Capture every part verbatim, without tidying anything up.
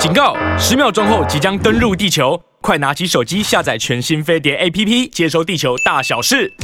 警告！十秒钟后即将登陆地球，快拿起手机下载全新飞碟 A P P， 接收地球大小事。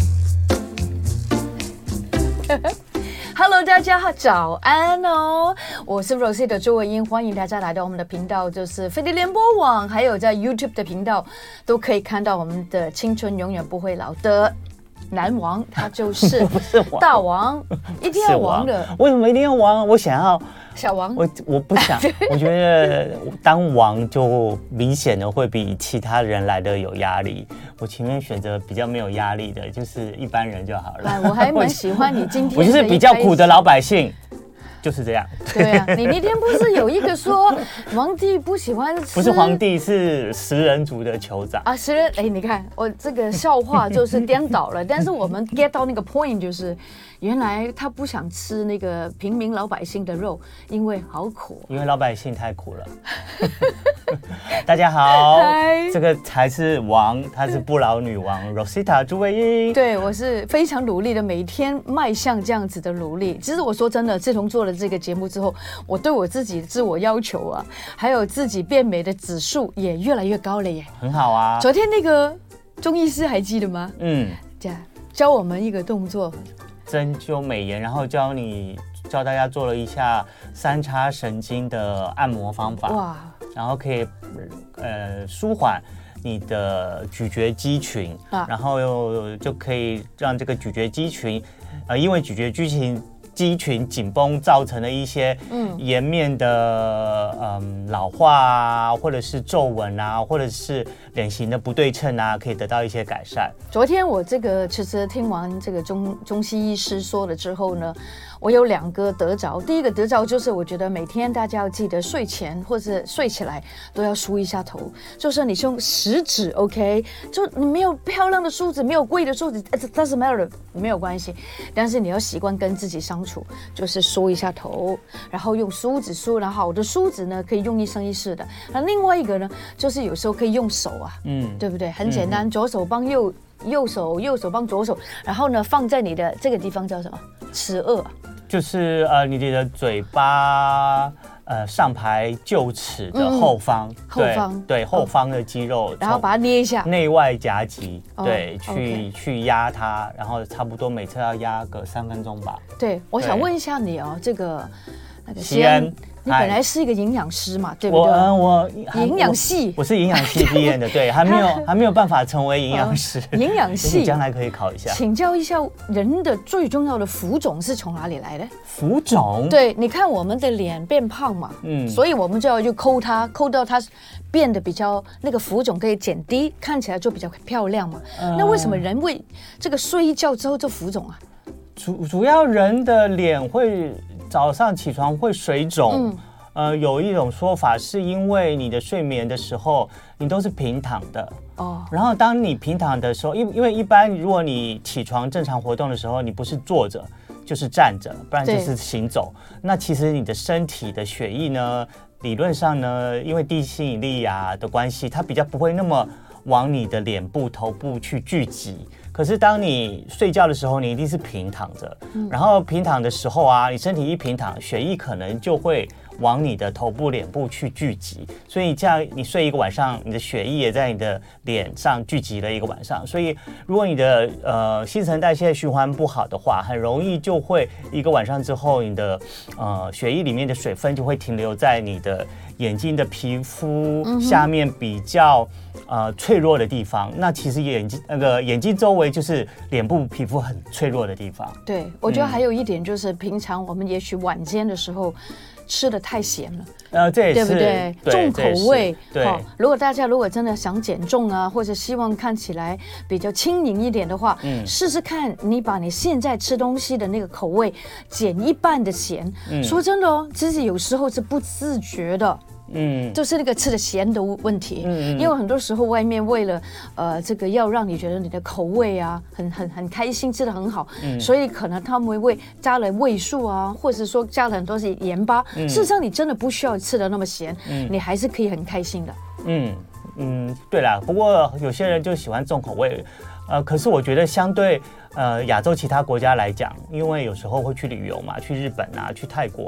Hello， 大家好，早安哦！我是 Rosie 的周文英，欢迎大家来到我们的频道，就是飞碟联播网，还有在 YouTube 的频道都可以看到我们的青春永远不会老的男王，他就是大王，一定要王的。 为什么一定要王？我想要小王， 我我不想，我觉得当王就明显的会比其他人来的有压力。我情愿选择比较没有压力的，就是一般人就好了。 哎，我还蛮喜欢你今天。 我就是比较苦的老百姓。就是这样。 对啊，你那天不是有一个说皇帝不喜欢吃？ 不是皇帝，是食人族的酋长啊！食人，哎，你看我这个笑话就是颠倒了，但是我们 get 到那个 point 就是，原来他不想吃那个平民老百姓的肉，因为好苦。 因为老百姓太苦了。大家好，这个才是王，她是不老女王 Rosita 朱卫英。 对，我是非常努力的，每天迈向这样子的努力。其实我说真的，自从做了这个节目之后，我对我自己自我要求啊，还有自己变美的指数也越来越高了耶。 很好啊。 昨天那个中医师还记得吗？ 嗯， 这样教我们一个动作， 针灸美颜，然后教你教大家做了一下三叉神经的按摩方法。哇，然后可以呃舒缓你的咀嚼肌群，啊、然后又就可以让这个咀嚼肌群，呃，因为咀嚼肌群。肌群紧绷造成的一些颜面的嗯老化啊，或者是皱纹啊，或者是脸型的不对称啊，可以得到一些改善。 昨天我这个其实听完这个中中西医师说了之后呢，我有两个得着。第一个得着就是我觉得每天大家要记得睡前或者睡起来都要梳一下头，就是你用食指 OK， 就你没有漂亮的梳子，没有贵的梳子 ，doesn't matter， 没有关系，但是你要习惯跟自己相处。就是梳一下头，然后用梳子梳，然后好的梳子呢可以用一生一世的。那另外一个呢，就是有时候可以用手啊，嗯，对不对？很简单，嗯、左手帮右右手，右手帮左手，然后呢放在你的这个地方叫什么？齿颚， 就是呃你的嘴巴。呃，上排臼齿的后方，嗯、 后方对, 对后方的肌肉， 然后把它捏一下， 内外夹击，哦、对，去、 okay. 去压它，然后差不多每次要压个三分钟吧。 对，我想问一下你哦，这个那个西安。你本来是一个营养师嘛，对不对？ 我我营养系， 我是营养系毕业的，对，还没有还没有办法成为营养师。 营养系将来可以考一下。 请教一下，人的最重要的浮肿是从哪里来的？ 浮肿？ 对，你看我们的脸变胖嘛，嗯，所以我们就要去抠它，抠到它变得比较那个浮肿可以减低，看起来就比较漂亮嘛。嗯、那为什么人会这个睡一觉之后就浮肿啊？ 主主要人的脸会。早上起床会水肿，嗯、呃，有一种说法是因为你的睡眠的时候，你都是平躺的，哦，然后当你平躺的时候，因因为一般如果你起床正常活动的时候，你不是坐着就是站着，不然就是行走，那其实你的身体的血液呢，理论上呢，因为地心引力啊的关系，它比较不会那么往你的脸部、头部去聚集。可是当你睡觉的时候，你一定是平躺着，嗯、然后平躺的时候啊，你身体一平躺，血液可能就会往你的头部、脸部去聚集，所以这样你睡一个晚上，你的血液也在你的脸上聚集了一个晚上。所以如果你的呃新陈代谢循环不好的话，很容易就会一个晚上之后，你的呃血液里面的水分就会停留在你的眼睛的皮肤下面比较。呃，脆弱的地方，那其实眼睛那个眼睛周围就是脸部皮肤很脆弱的地方。 对，我觉得还有一点就是，嗯、平常我们也许晚间的时候吃的太咸了， 呃，这也是对不对？对重口味。 对、哦， 如果大家如果真的想减重啊，或者希望看起来比较轻盈一点的话，嗯，试试看你把你现在吃东西的那个口味减一半的咸。嗯、说真的哦，其实有时候是不自觉的。嗯，就是那个吃的咸的问题，嗯，因为很多时候外面为了呃这个要让你觉得你的口味啊很很很开心，吃的很好，嗯，所以可能他们会加了味素啊，或者说加了很多是盐巴，嗯，事实上你真的不需要吃的那么咸，嗯，你还是可以很开心的。 嗯嗯，对啦，不过有些人就喜欢重口味。呃，可是我觉得相对呃亚洲其他国家来讲，因为有时候会去旅游嘛，去日本啊，去泰国啊，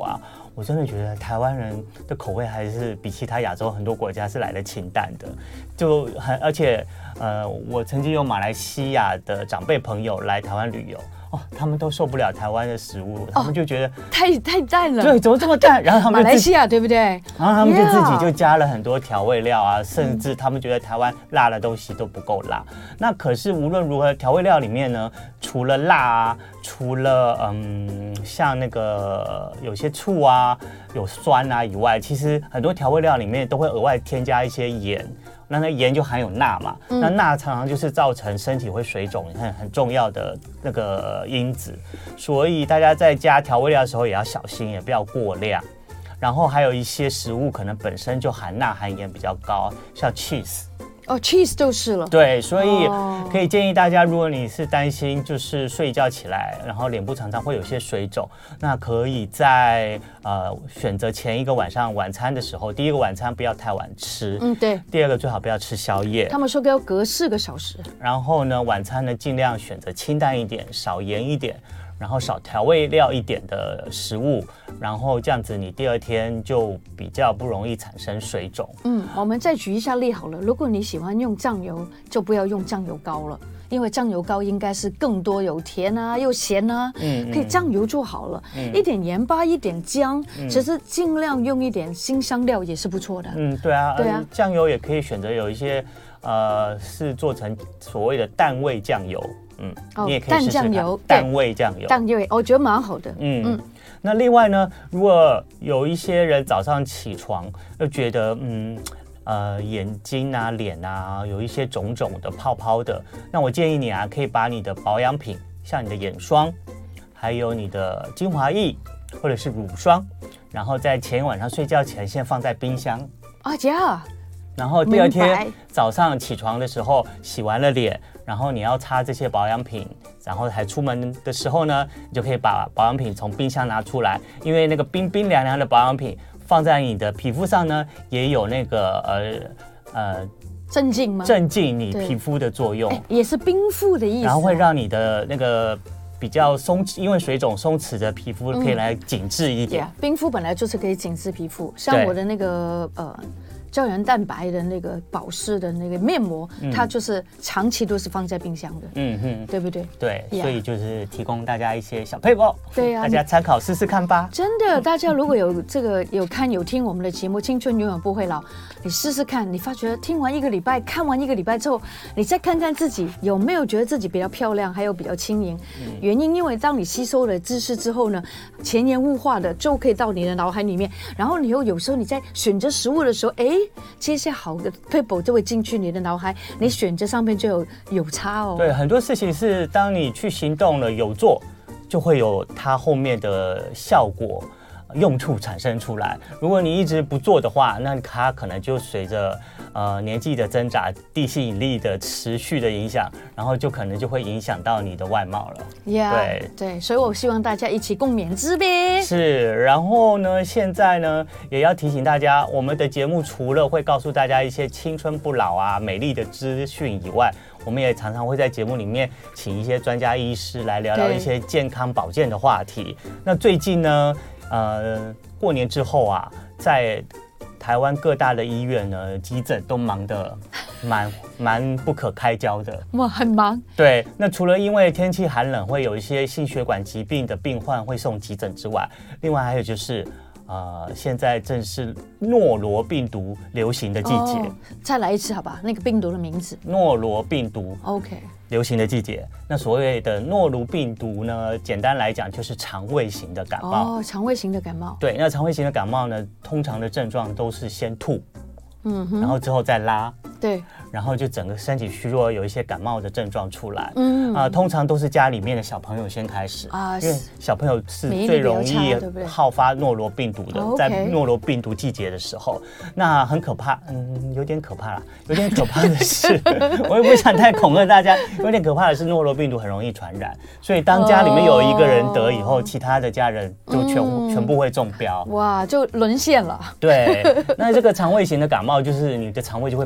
我真的觉得台湾人的口味还是比其他亚洲很多国家是来的清淡的，就很而且呃，我曾经有马来西亚的长辈朋友来台湾旅游。哦，他们都受不了台湾的食物，他们就觉得、哦、 太太淡了。 对，怎么这么淡？然后他们马来西亚对不对？ 然后他们就自己就加了很多调味料啊， yeah. 甚至他们觉得台湾辣的东西都不够辣。那可是无论如何，调味料里面呢，除了辣啊，除了嗯像那个有些醋啊、有酸啊以外，其实很多调味料里面都会额外添加一些盐。那那盐就含有钠嘛，嗯、那钠常常就是造成身体会水肿很很重要的那个因子，所以大家在加调味料的时候也要小心，也不要过量。然后还有一些食物可能本身就含钠含盐比较高，像 cheese。 哦 ，cheese 就是了。 对，所以可以建议大家，如果你是担心就是睡一觉起来，然后脸部常常会有些水肿，那可以在呃选择前一个晚上晚餐的时候，第一个晚餐不要太晚吃， 嗯，对。 第二个最好不要吃宵夜。 他们说要隔四个小时。 然后呢，晚餐呢尽量选择清淡一点，少盐一点。然后少调味料一点的食物，然后这样子你第二天就比较不容易产生水肿。 嗯，我们再举一下例好了。如果你喜欢用酱油，就不要用酱油膏了，因为酱油膏应该是更多有甜啊又咸啊，嗯，可以酱油就好了，嗯，一点盐巴，一点姜，嗯，其实尽量用一点辛香料也是不错的。嗯， 对啊，对啊，酱油也可以选择有一些呃是做成所谓的淡味酱油。嗯， 哦、 你也可以试试看淡味酱油， 淡味我觉得蛮好的。 嗯嗯，那另外呢，如果有一些人早上起床又觉得嗯呃眼睛啊、脸啊有一些肿肿的、泡泡的，那我建议你啊，可以把你的保养品，像你的眼霜，还有你的精华液或者是乳霜，然后在前一晚上睡觉前先放在冰箱。 啊呀。 然后第二天早上起床的时候洗完了脸，然后你要擦这些保养品，然后还出门的时候呢，你就可以把保养品从冰箱拿出来，因为那个冰冰凉凉的保养品放在你的皮肤上呢，也有那个呃呃镇静吗？ 镇静你皮肤的作用， 也是冰敷的意思、啊， 然后会让你的那个比较松，因为水肿松弛的皮肤可以来紧致一点。嗯 yeah, 冰敷本来就是可以紧致皮肤，像我的那个呃。胶原蛋白的那个保湿的那个面膜，嗯、它就是长期都是放在冰箱的，嗯哼，对不对？ 对， yeah. 所以就是提供大家一些小撇步， 对呀、啊， 大家参考试试看吧。 真的，大家如果有这个有看有听我们的节目《青春永远不会老》，你试试看，你发觉听完一个礼拜，看完一个礼拜之后，你再看看自己有没有觉得自己比较漂亮，还有比较轻盈。嗯、原因因为当你吸收了知识之后呢，潜移默化的就可以到你的脑海里面，然后你又有时候你在选择食物的时候，哎。这些好的 paper 就会进去你的脑海，你选择上面就有有差哦。 对，很多事情是当你去行动了，有做，就会有它后面的效果、用处产生出来。如果你一直不做的话，那它可能就随着呃年纪的增长、地心引力的持续的影响，然后就可能就会影响到你的外貌了。 Yeah, 对对，所以我希望大家一起共勉之呗。 是，然后呢，现在呢也要提醒大家，我们的节目除了会告诉大家一些青春不老啊、美丽的资讯以外，我们也常常会在节目里面请一些专家医师来聊聊一些健康保健的话题。那最近呢，呃，过年之后啊，在台湾各大的医院呢，急诊都忙得蛮蛮不可开交的。 哇，很忙。 对，那除了因为天气寒冷，会有一些心血管疾病的病患会送急诊之外，另外还有就是。呃，现在正是诺罗病毒流行的季节。哦、 再来一次好吧，那个病毒的名字。 诺罗病毒。 OK。 流行的季节，那所谓的诺罗病毒呢，简单来讲就是肠胃型的感冒。 哦，肠胃型的感冒。 对，那肠胃型的感冒呢，通常的症状都是先吐，嗯哼，然后之后再拉。 对， 然后就整个身体虚弱，有一些感冒的症状出来。嗯啊、呃，通常都是家里面的小朋友先开始啊，因为小朋友是最容易好发诺罗病毒的， 哦、 在诺罗病毒季节的时候，那很可怕，嗯，有点可怕啦，有点可怕的是，我也不想太恐吓大家，有点可怕的是诺罗病毒很容易传染，所以当家里面有一个人得以后，哦、其他的家人就全、嗯、全部会中标， 哇，就沦陷了。 对，那这个肠胃型的感冒就是你的肠胃就会非常的。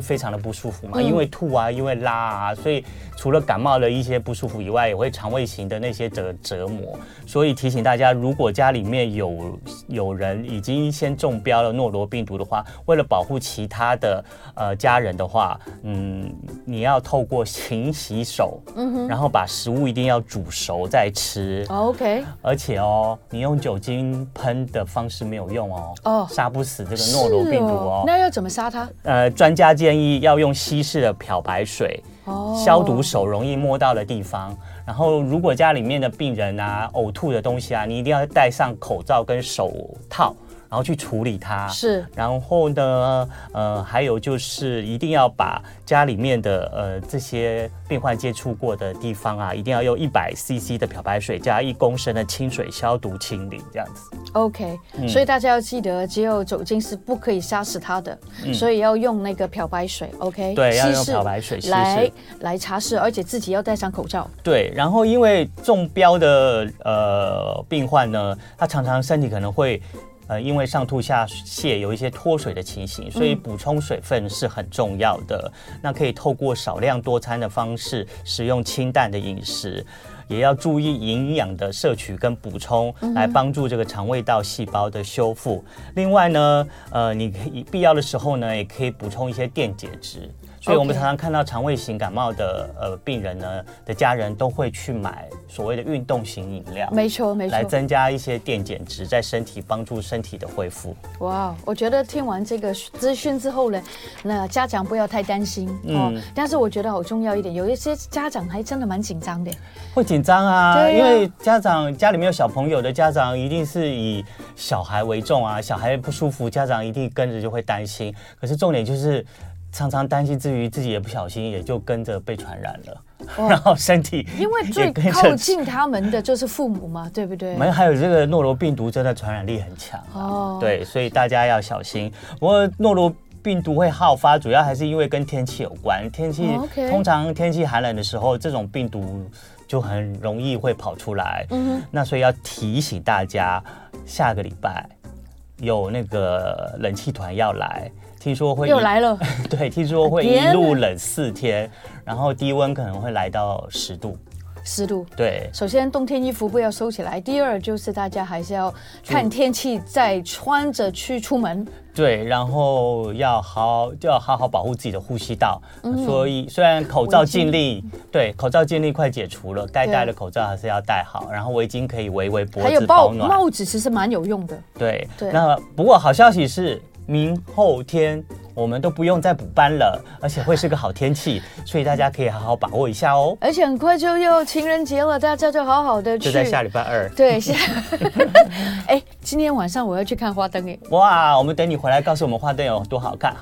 不舒服嘛，嗯、因为吐啊，因为拉啊，所以除了感冒的一些不舒服以外，也会肠胃型的那些折折磨。所以提醒大家，如果家里面有有人已经先中标了诺罗病毒的话，为了保护其他的呃家人的话，嗯，你要透过勤洗手，嗯哼，然后把食物一定要煮熟再吃。 哦、OK。 而且哦，你用酒精喷的方式没有用哦，哦，杀不死这个诺罗病毒哦。 那要怎么杀它？ 呃，专家建议要用稀释的漂白水，哦，消毒手容易摸到的地方。然后，如果家里面的病人啊呕吐的东西啊，你一定要戴上口罩跟手套。然后去处理它， 是。 然后呢，呃，还有就是一定要把家里面的呃这些病患接触过的地方啊，一定要用一百 C C 的漂白水加一公升的清水消毒清理，这样子。 OK，、嗯、所以大家要记得，只有酒精是不可以杀死它的，嗯、所以要用那个漂白水。OK， 对，要用漂白水来来擦拭，而且自己要戴上口罩。 对，然后因为中标的呃病患呢，他常常身体可能会。呃，因为上吐下泻有一些脱水的情形，所以补充水分是很重要的。嗯、那可以透过少量多餐的方式，食用清淡的饮食，也要注意营养的摄取跟补充，来帮助这个肠胃道细胞的修复。嗯、另外呢，呃，你可以必要的时候呢，也可以补充一些电解质。所以我们常常看到肠胃型感冒的呃病人呢的家人都会去买所谓的运动型饮料， 没错没错， 来增加一些电解质在身体，帮助身体的恢复。 哇，我觉得听完这个资讯之后呢，那家长不要太担心哦。嗯、但是我觉得好重要一点，有一些家长还真的蛮紧张的， 会紧张啊，啊因为家长家里面有小朋友的家长一定是以小孩为重啊，小孩不舒服，家长一定跟着就会担心。可是重点就是。常常担心之余，自己也不小心，也就跟着被传染了，哦、然后身体因为最靠近他们的就是父母嘛，对不对？ 没，还有这个诺罗病毒真的传染力很强、啊、哦，对，所以大家要小心。不过诺罗病毒会好发，主要还是因为跟天气有关。天气、哦 okay、通常天气寒冷的时候，这种病毒就很容易会跑出来。嗯，那所以要提醒大家，下个礼拜有那个冷气团要来。听说会又来了， 对，听说会一路冷四天，然后低温可能会来到十度。 十度， 对。 首先，冬天衣服不要收起来。第二，就是大家还是要看天气，再穿着去出门。 对，然后要好就要好好保护自己的呼吸道。嗯、所以，虽然口罩尽力，对，口罩尽力快解除了，该戴的口罩还是要戴好。然后围巾可以围围脖子保暖。 帽子其实蛮有用的。 对，对。那不过好消息是。明后天我们都不用再补班了，而且会是个好天气，所以大家可以好好把握一下哦。 而且很快就要情人节了，大家就好好的去。 就在下礼拜二。 对，下。哎，今天晚上我要去看花灯哎。 哇，我们等你回来告诉我们花灯有多好看。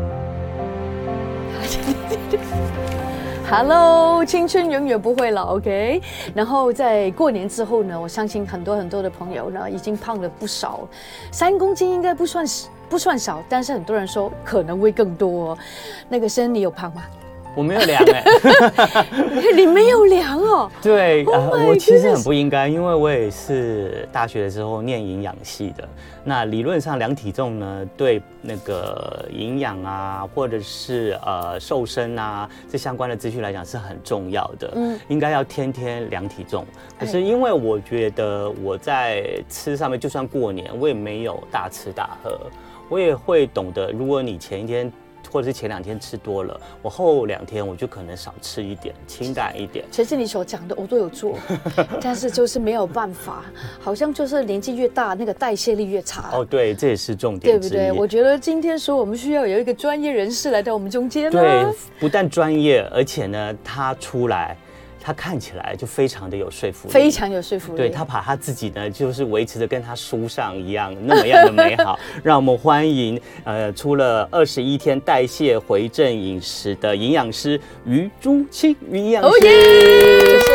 Hello， 青春永远不会老 ，OK。然后在过年之后呢，我相信很多很多的朋友呢已经胖了不少，三公斤应该不算不算少，但是很多人说可能会更多、哦。那个生你有胖吗？ 我没有量哎、欸， 你没有量哦？ 对， oh 呃、我其实很不应该，因为我也是大学的时候念营养系的。那理论上量体重呢，对那个营养啊，或者是呃瘦身啊这相关的资讯来讲是很重要的。嗯，应该要天天量体重。可是因为我觉得我在吃上面，就算过年，我也没有大吃大喝，我也会懂得，如果你前一天。或者是前两天吃多了，我后两天我就可能少吃一点，清淡一点。 其实你所讲的我都有做，但是就是没有办法，好像就是年纪越大，那个代谢力越差。 哦，对，这也是重点之一， 对不对？我觉得今天说我们需要有一个专业人士来到我们中间、啊。 对，不但专业，而且呢，他出来。他看起来就非常的有说服力， 非常有说服力。 对，他把他自己呢，就是维持的跟他书上一样那么样的美好。让我们欢迎呃，出了二十一天代谢回正饮食的营养师余朱青余营养师。 主持人好。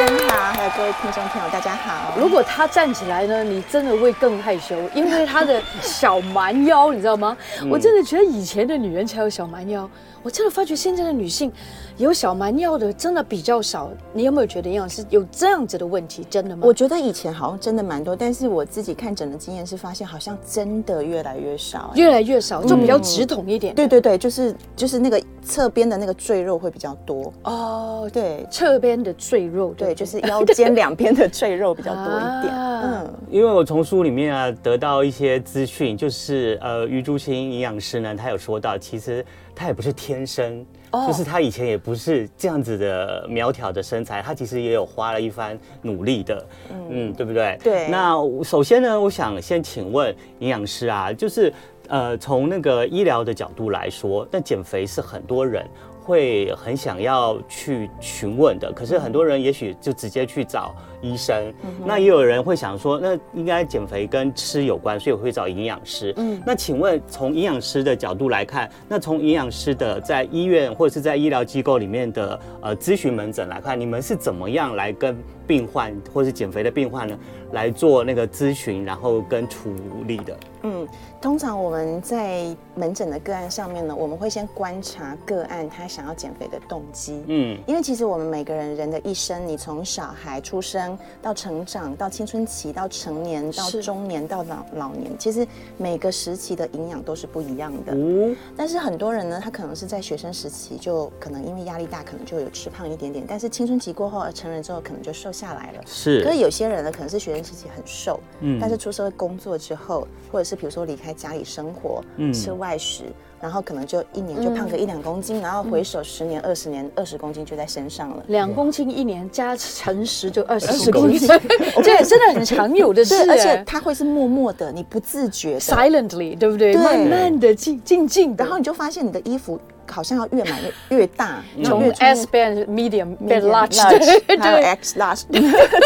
好，还有各位听众朋友，大家好。 如果他站起来呢，你真的会更害羞，因为他的小蛮腰，你知道吗？我真的觉得以前的女人才有小蛮腰，我真的发觉现在的女性有小蛮腰的真的比较少。你有没有觉得营养师有这样子的问题？真的吗？ 我觉得以前好像真的蛮多，但是我自己看诊的经验是发现好像真的越来越少， 越来越少，就比较直筒一点。 对对对，就是就是那个侧边的那个赘肉会比较多哦， 对， 侧边的赘肉， 对，就是腰间两边的赘肉比较多一点。嗯， 因为我从书里面啊得到一些资讯，就是呃余朱青营养师呢，他有说到，其实他也不是天生。Oh. 就是他以前也不是这样子的苗条的身材，他其实也有花了一番努力的，嗯, 嗯，对不对？ 对。 那首先呢，我想先请问营养师啊，就是呃，从那个医疗的角度来说，那减肥是很多人会很想要去询问的，可是很多人也许就直接去找医生，嗯、那也有人会想说，那应该减肥跟吃有关，所以我会找营养师。嗯，那请问从营养师的角度来看，那从营养师的在医院或者是在医疗机构里面的呃咨询门诊来看，你们是怎么样来跟病患或是减肥的病患呢来做那个咨询，然后跟处理的？ 嗯，通常我们在门诊的个案上面呢，我们会先观察个案他想要减肥的动机。嗯，因为其实我们每个人人的一生，你从小孩出生到成长，到青春期，到成年，到中年，到老老年，其实每个时期的营养都是不一样的。嗯，但是很多人呢，他可能是在学生时期就可能因为压力大，可能就有吃胖一点点，但是青春期过后，成人之后可能就瘦下来了。 是， 可是有些人呢，可能是学生时期很瘦，嗯，但是出社会工作之后，或者是比如说离开家里生活，嗯，吃外食，然后可能就一年就胖个一两公斤，嗯、然后回首十年、二十年，二十公斤就在身上了。 两公斤一年加乘十就二十公斤，这也真的很常有的事。 而且它会是默默的，你不自觉的 ，silently， 对不对？ 对， 慢慢的、静静静的， 然后你就发现你的衣服好像要越买越越大， 从 S 变 medium 变 large， 对对 ，X large， 对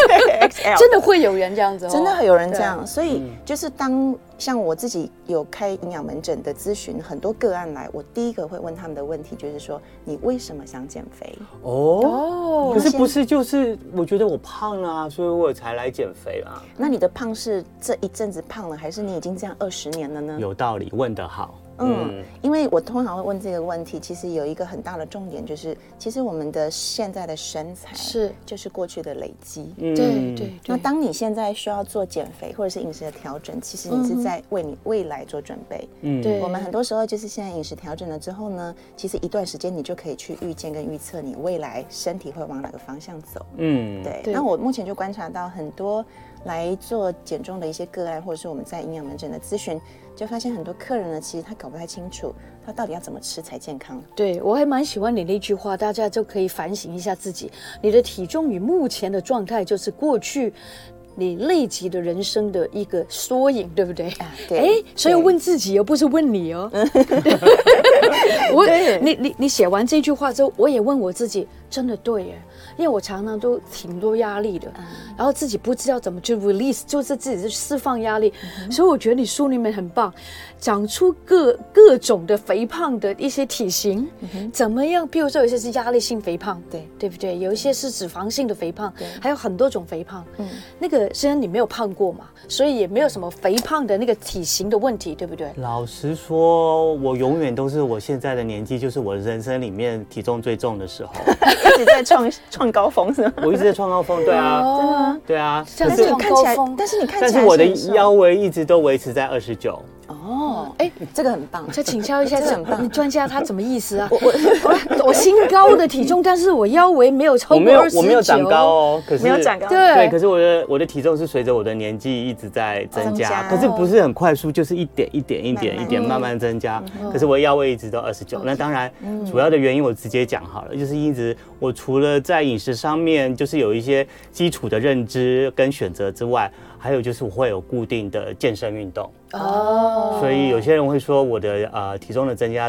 X L， 真的会有人这样子， 真的会有人这样。所以就是当像我自己有开营养门诊的咨询，很多个案来，我第一个会问他们的问题就是说，你为什么想减肥？ 哦，可是不是就是我觉得我胖啊，所以我才来减肥啊。 那你的胖是这一阵子胖了，还是你已经这样二十年了呢？ 有道理，问得好。 嗯，因为我通常会问这个问题，其实有一个很大的重点，就是其实我们的现在的身材是就是过去的累积。 嗯，对对。 那当你现在需要做减肥或者是饮食的调整，其实你是在为你未来做准备。嗯，对。我们很多时候就是现在饮食调整了之后呢，其实一段时间你就可以去预见跟预测你未来身体会往哪个方向走。嗯，对。那我目前就观察到很多来做减重的一些个案，或者是我们在营养门诊的咨询，就发现很多客人呢，其实他搞不太清楚，他到底要怎么吃才健康。 对，我还蛮喜欢你那句话，大家就可以反省一下自己，你的体重与目前的状态，就是过去你累积的人生的一个缩影，对不对？啊，对。哎，所以问自己，而不是问你哦。我，你你你写完这句话之后，我也问我自己，真的对耶。因为我常常都挺多压力的，嗯、然后自己不知道怎么去 release， 就是自己去释放压力，嗯、所以我觉得你书里面很棒，讲出各各种的肥胖的一些体型，嗯、怎么样？譬如说有些是压力性肥胖，对对不对？有一些是脂肪性的肥胖，还有很多种肥胖。嗯，那个虽然你没有胖过嘛，所以也没有什么肥胖的那个体型的问题，对不对？ 老实说，我永远都是我现在的年纪，就是我人生里面体重最重的时候， 一直在创创高峰是吗？ 我一直在创高峰，对啊， 真的吗？ 对啊， 但是你看起来，但是你看起来， 但是我的腰围一直都维持在二十九。 哦，哎，这个很棒， 再请教一下，很棒。专家他什么意思啊？我我我心高的体重，但是我腰围没有超过二十九， 我没有长高哦，可是没有长高， 对对，可是我的我的体重是随着我的年纪一直在增加，可是不是很快速，就是一点一点一点一点慢慢增加。可是我腰围一直都二十九，那当然主要的原因我直接讲好了，就是一直我除了在饮食上面就是有一些基础的认知跟选择之外，还有就是我会有固定的健身运动。哦，所以有些人会说我的呃体重的增加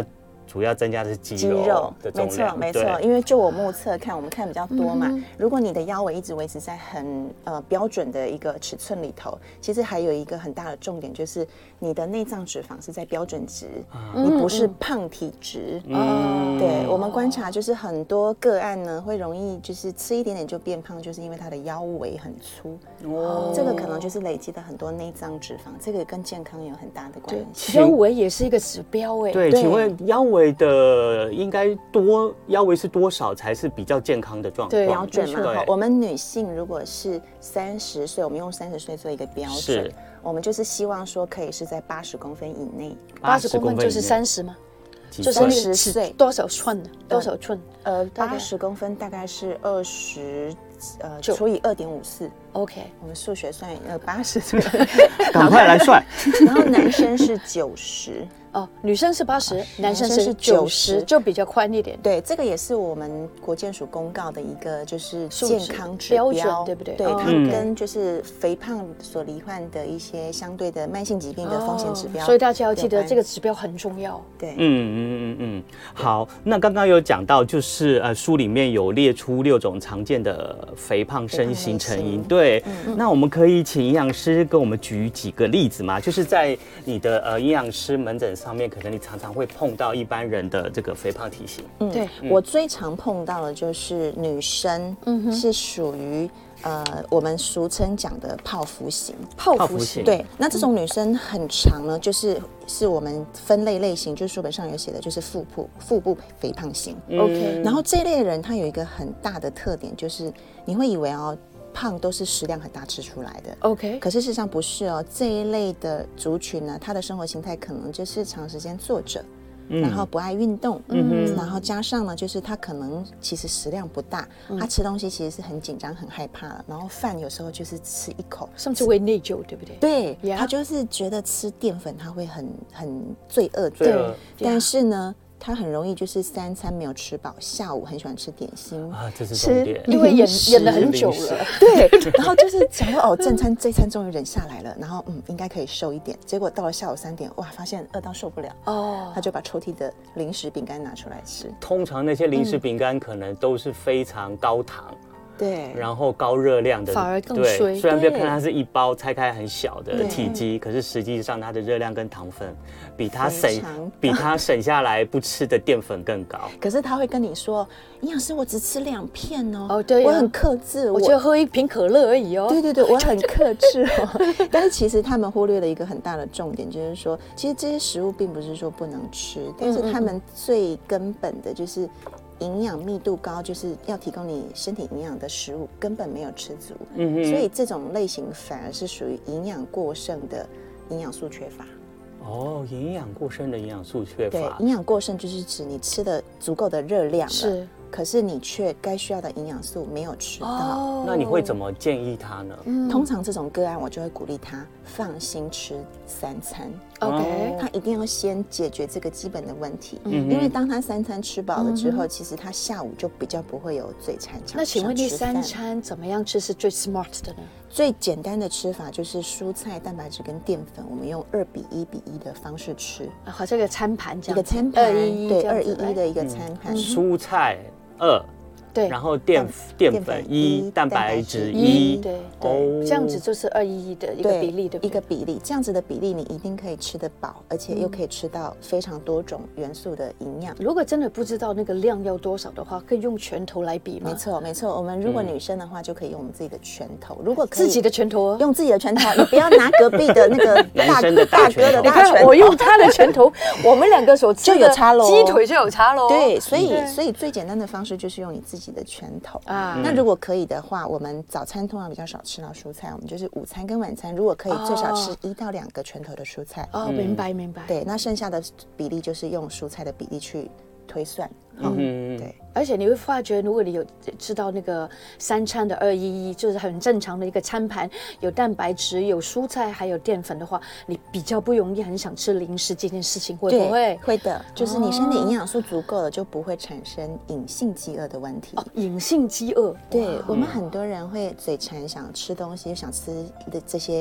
主要增加的是肌肉的重量， 没错没错。因为就我目测看，我们看比较多嘛。嗯、如果你的腰围一直维持在很呃标准的一个尺寸里头，其实还有一个很大的重点就是你的内脏脂肪是在标准值，嗯、你不是胖体质。嗯、对，我们观察就是很多个案呢会容易就是吃一点点就变胖，就是因为他的腰围很粗。哦，这个可能就是累积的很多内脏脂肪，这个跟健康有很大的关系。 腰围也是一个指标哎。 对，请问腰围的应该多腰围是多少才是比较健康的状况？ 标准嘛。我们女性如果是三十岁，我们用三十岁做一个标准，我们就是希望说可以是在八十公分以内。 八十公分就是三十吗？ 就是三十岁多少寸呢？多少寸？ 呃，八十公分大概是二十，呃，除以二点五四。 OK， 我们数学算呃八十岁， 赶快来算。 然后男生是九十。 哦，女生是八十，男生是九十，就比较宽一点。 对，这个也是我们国健署公告的一个就是健康指标准，对不对？ 对，它跟就是肥胖所罹患的一些相对的慢性疾病的风险指标。 所以大家要记得这个指标很重要。 对，嗯嗯嗯嗯。好，那刚刚有讲到，就是呃书里面有列出六种常见的肥胖身形成因。对，那我们可以请营养师跟我们举几个例子吗？就是在你的呃营养师门诊上面，可能你常常会碰到一般人的这个肥胖体型。 嗯，对，我最常碰到的就是女生，嗯，是属于呃我们俗称讲的泡芙型。 泡芙型， 对，那这种女生很常呢，就是是我们分类类型，就是书本上有写的，就是腹部腹部肥胖型。OK， 然后这一类的人，他有一个很大的特点，就是你会以为哦。胖都是食量很大吃出来的 ，OK， 可是事实上不是哦。这一类的族群呢，他的生活形态可能就是长时间坐着，嗯、然后不爱运动，嗯，然后加上呢，就是他可能其实食量不大，嗯、他吃东西其实是很紧张、很害怕了。然后饭有时候就是吃一口， 甚至会内疚，对不对？ 对， yeah. 他就是觉得吃淀粉他会很很罪恶，对。但是呢。他很容易就是三餐没有吃饱，下午很喜欢吃点心啊，这是重点， 因为演演了很久了， 对，然后就是想说哦，正餐这一餐终于忍下来了，然后嗯应该可以瘦一点，结果到了下午三点，哇，发现饿到受不了哦，他就把抽屉的零食饼干拿出来吃。 通常那些零食饼干可能都是非常高糖。 对， 然后高热量的， 反而更衰。 虽然不要看它是一包拆开很小的体积，可是实际上它的热量跟糖分比它省比它省下来不吃的淀粉更高。 可是他会跟你说，营养师，我只吃两片哦， 哦对、啊， 我很克制， 我就喝一瓶可乐而已哦。 对对对，我很克制哦。但是其实他们忽略了一个很大的重点，就是说，其实这些食物并不是说不能吃，但是他们最根本的就是。营养密度高，就是要提供你身体营养的食物，根本没有吃足，嗯、所以这种类型反而是属于营养过剩的营养素缺乏。 哦，营养过剩的营养素缺乏。 对，营养过剩就是指你吃的足够的热量了，是，可是你却该需要的营养素没有吃到。哦、 那你会怎么建议他呢？ 嗯、通常这种个案，我就会鼓励他放心吃三餐。OK， 他一定要先解决这个基本的问题，嗯、因为当他三餐吃饱了之后，嗯、其实他下午就比较不会有嘴馋。 那请问第三餐怎么样吃是最 smart 的呢？ 最简单的吃法就是蔬菜、蛋白质跟淀粉，我们用二比一比一的方式吃。 好，这个餐盘这样， 一个餐盘，对，二一一的一个餐盘。 嗯、蔬菜二。对，然后淀淀粉一，蛋白质一， 对对，这样子就是二一一的一个比例，对不对？ 一个比例，这样子的比例你一定可以吃得饱，而且又可以吃到非常多种元素的营养。 如果真的不知道那个量要多少的话，可以用拳头来比吗？ 没错没错，我们如果女生的话，就可以用我们自己的拳头。如果自己的拳头， 用自己的拳头，你不要拿隔壁的那个大大哥的大拳头。 我用他的拳头，我们两个手就有差喽，鸡腿就有差喽。 对，所以所以最简单的方式就是用你自己的拳头。啊，那如果可以的话，我们早餐通常比较少吃到蔬菜，我们就是午餐跟晚餐，如果可以最少吃一到两个拳头的蔬菜。 哦，明白明白。 对，那剩下的比例就是用蔬菜的比例去推算。嗯，对。 而且你会发觉，如果你有知道那个三餐的二一一，就是很正常的一个餐盘，有蛋白质、有蔬菜，还有淀粉的话，你比较不容易很想吃零食这件事情，会不会？ 会的，就是你身体营养素足够了，就不会产生隐性饥饿的问题。 哦，隐性饥饿， 对我们很多人会嘴馋，想吃东西，想吃的这些。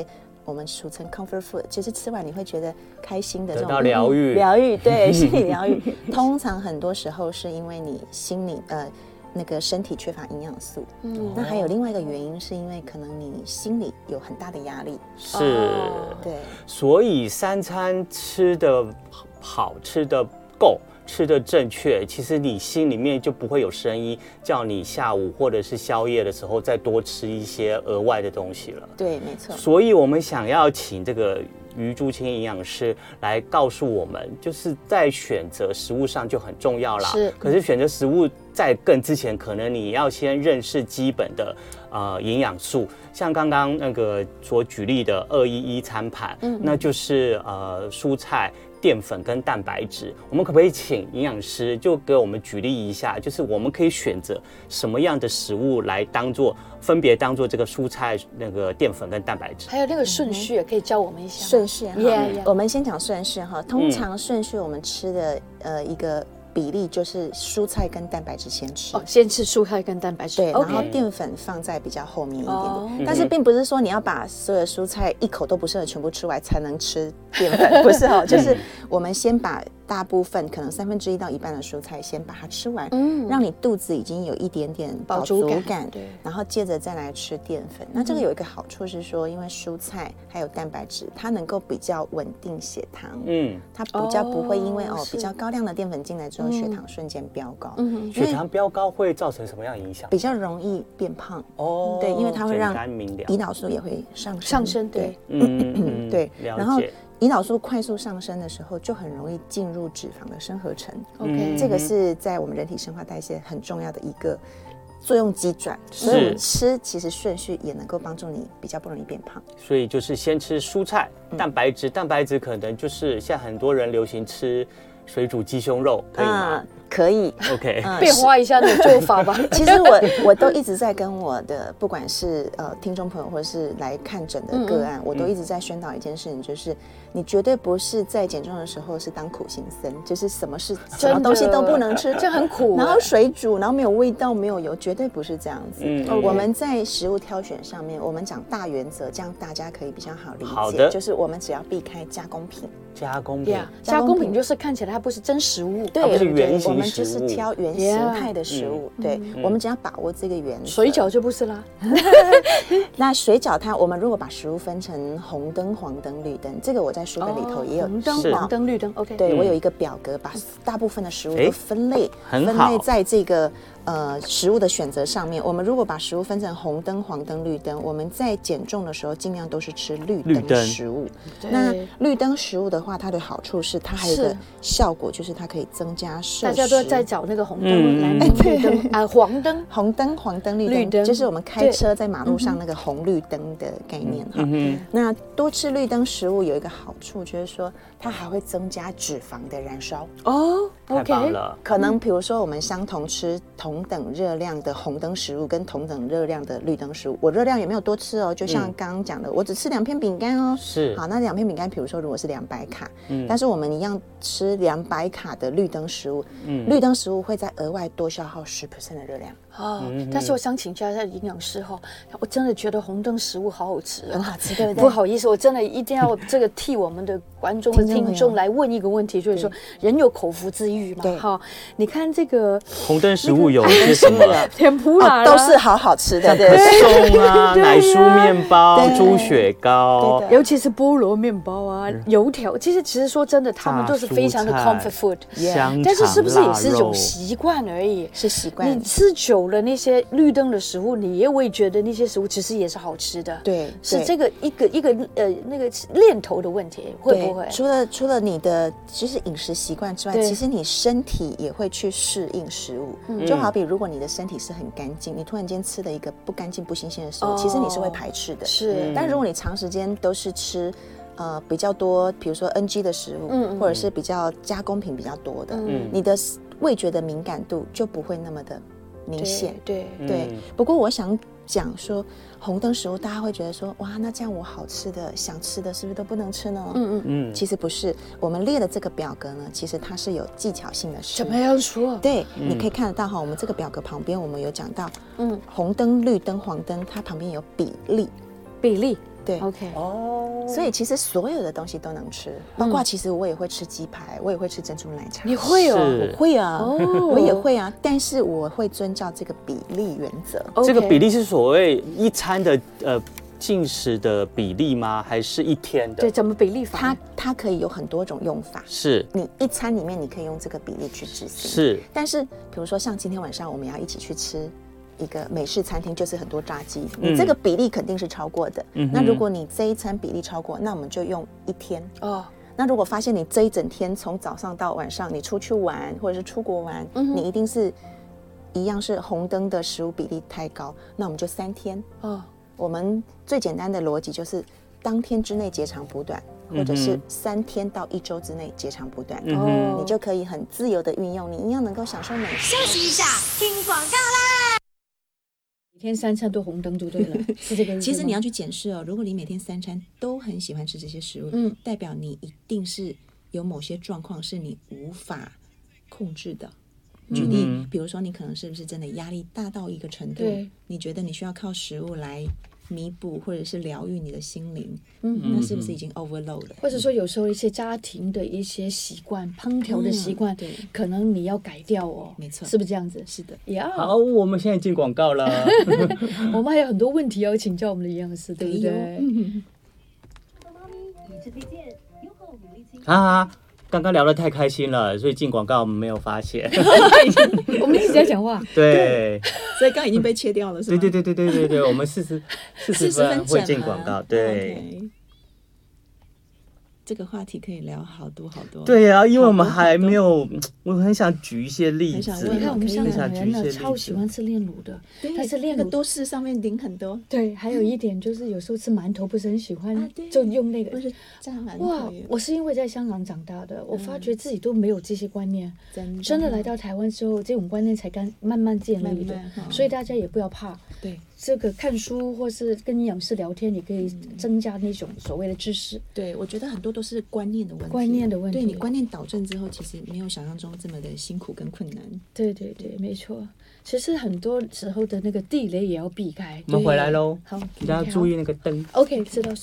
我们俗称 comfort food， 就是吃完你会觉得开心的这种得到疗愈， 疗愈，对，心理疗愈。通常很多时候是因为你心里呃那个身体缺乏营养素，嗯，那还有另外一个原因是因为可能你心里有很大的压力， 是， 哦、对， 所以三餐吃的好，吃的够。吃的正确，其实你心里面就不会有声音叫你下午或者是宵夜的时候再多吃一些额外的东西了。 对，没错。 所以我们想要请这个余朱青营养师来告诉我们，就是在选择食物上就很重要啦。 是。 可是选择食物在更之前，可能你要先认识基本的呃营养素，像刚刚那个所举例的二一一餐盘，嗯，那就是呃蔬菜、淀粉跟蛋白质。我们可不可以请营养师就给我们举例一下，就是我们可以选择什么样的食物来当做分别当做这个蔬菜、那个淀粉跟蛋白质？ 还有那个顺序也可以教我们一下。 顺序哈， yeah, yeah. 我们先讲顺序哈。通常顺序我们吃的呃一个比例就是蔬菜跟蛋白质先吃， 哦，先吃蔬菜跟蛋白质， 对， okay. 然后淀粉放在比较后面一点点。 哦、 但是并不是说你要把所有的蔬菜一口都不剩的全部吃完才能吃淀粉，不是哦，就是我们先把大部分可能三分之一到一半的蔬菜先把它吃完，嗯，让你肚子已经有一点点饱足感，感对，然后接着再来吃淀粉。那这个有一个好处是说，因为蔬菜还有蛋白质，它能够比较稳定血糖，嗯，它比较不会因为哦, 哦比较高量的淀粉进来之后，血糖瞬间飙高，嗯， 血糖飙高会造成什么样的影响？ 比较容易变胖哦，对，因为它会让胰岛素也会上升， 上升，对， 嗯嗯对，然后胰岛素快速上升的时候，就很容易进入脂肪的生合成。OK， 这个是在我们人体生化代谢很重要的一个作用机转，所以我们吃其实顺序也能够帮助你比较不容易变胖。 所以就是先吃蔬菜、蛋白质，嗯、蛋白质可能就是现在很多人流行吃水煮鸡胸肉，可以吗？嗯可以 ，OK， 嗯、变化一下你的做法吧。 其实我我都一直在跟我的不管是呃听众朋友或者是来看诊的个案，嗯嗯我都一直在宣导一件事情，就是你绝对不是在减重的时候是当苦行僧，就是什么事什么东西都不能吃， 这很苦， 然后水煮，然后没有味道，没有油，绝对不是这样子。嗯，我们在食物挑选上面，我们讲大原则，这样大家可以比较好理解。 好的， 就是我们只要避开加工品。 加工品， yeah, 加工品就是看起来它不是真食物， 对， 它不是原型食物， 我们就是挑原形态的食物， yeah, 对、嗯，我们只要把握这个原则。 水饺就不是啦。 那水饺它，我们如果把食物分成红灯、黄灯、绿灯，这个我在书本里头也有。 红灯、黄灯、绿灯 ，OK。 对，我有一个表格，把大部分的食物都分类，分类在这个。呃，食物的选择上面，我们如果把食物分成红灯、黄灯、绿灯，我们在减重的时候尽量都是吃绿灯食物。那绿灯食物的话，它的好处是它还有一个效果，就是它可以增加摄食。 大家都在找那个红灯、蓝灯、绿灯啊，黄灯、 红灯、黄灯、绿灯，就是我们开车在马路上那个红绿灯的概念哈。那多吃绿灯食物有一个好处，就是说它还会增加脂肪的燃烧。 哦 ，OK， 太棒了。 可能比如说我们相同吃同等热量的红灯食物跟同等热量的绿灯食物，我热量也没有多吃哦，就像刚刚讲的，嗯、我只吃两片饼干哦。 是， 好，那两片饼干，比如说如果是两百卡，嗯，但是我们一样吃两百卡的绿灯食物，嗯，绿灯食物会再额外多消耗十 percent 的热量。 哦，嗯、但是我想请教一下营养师哈，我真的觉得红灯食物好好吃， 很好吃，对不对？ 不好意思，我真的一定要这个替我们的观众和听众来问一个问题，就是说人有口腹之欲嘛，哈，你看这个红灯食物有些什么？ 甜普拉都是好好吃的， 可颂啊，奶酥面包、猪血糕， 尤其是菠萝面包啊、油条，其实其实说真的，他们都是非常的 comfort food， 但是是不是也是一种习惯而已？ 是习惯， 你吃久了那些绿灯的食物，你也会觉得那些食物其实也是好吃的。 对， 是这个一个一个呃那个念头的问题，会不会？ 除了除了你的就是饮食习惯之外，其实你身体也会去适应食物。嗯，就好比如果你的身体是很干净，你突然间吃了一个不干净、不新鲜的食物，其实你是会排斥的。 是， 但如果你长时间都是吃。呃，比较多，比如说 N G 的食物，嗯、或者是比较加工品比较多的，嗯、你的味觉的敏感度就不会那么的明显。 对对, 对、嗯。不过我想讲说，红灯食物大家会觉得说，哇，那这样我好吃的、想吃的，是不是都不能吃呢？嗯嗯嗯。其实不是，我们列的这个表格呢，其实它是有技巧性的事。 怎么样说？ 对，嗯、你可以看得到哈，我们这个表格旁边我们有讲到，嗯，红灯、绿灯、黄灯，它旁边有比例。 比例对 ，OK， 哦， 所以其实所有的东西都能吃，包括其实我也会吃鸡排，我也会吃珍珠奶茶。 你会哦？ 我会啊，我也会啊，但是我会遵照这个比例原则。 这个比例是所谓一餐的呃进食的比例吗？还是一天的？ 对，怎么比例法？ 它它可以有很多种用法。 是， 你一餐里面你可以用这个比例去执行。 是， 但是比如说像今天晚上我们要一起去吃一个美式餐厅，就是很多炸鸡，你这个比例肯定是超过的。嗯、那如果你这一餐比例超过，那我们就用一天。哦。那如果发现你这一整天从早上到晚上，你出去玩或者是出国玩，嗯、你一定是一样是红灯的食物比例太高，那我们就三天。哦。我们最简单的逻辑就是当天之内截长补短，或者是三天到一周之内截长补短，嗯、你就可以很自由的运用，你一样能够享受美食。 休息一下，听广告啦。 每天三餐都红灯就对了，是这个意思吗？ 其实你要去检视哦，如果你每天三餐都很喜欢吃这些食物，嗯，代表你一定是有某些状况是你无法控制的。举例，嗯、比如说你可能是不是真的压力大到一个程度，你觉得你需要靠食物来弥补或者是疗愈你的心灵，嗯，那是不是已经 overload 了？ 或者说有时候一些家庭的一些习惯，烹调的习惯，对、嗯，可能你要改掉哦。 没错， 是不是这样子？ 是的。 呀， 好，我们现在进广告了。 我们还有很多问题要请教我们的营养师，对不对？ 啊。刚刚聊得太开心了，所以进广告我们没有发现。 我们一直在讲话。 对， 所以刚刚已经被切掉了，是吗？ 对对对对对对对，我们四十四十分会进广告，对。Okay. 这个话题可以聊好多好多。 对呀、啊，因为我们还没有，我很想举一些例子。 你看我们香港人呢，超喜欢吃炼乳的，但是炼乳多士上面淋很多。 对，还有一点就是有时候吃馒头不是很喜欢，啊、就用那个。 不是炸馒头。 哇，我是因为在香港长大的，我发觉自己都没有这些观念。真的，真的来到台湾之后，这种观念才刚慢慢建立的，所以大家也不要怕。 对。 这个看书或是跟营养师聊天，你可以增加那种所谓的知识。 对，我觉得很多都是观念的问题。 观念的问题。 对，你观念导正之后，其实没有想象中这么的辛苦跟困难。 对对对，没错。其实很多时候的那个地雷也要避开。 我们回来喽。 好， 大家注意那个灯。 OK， 知道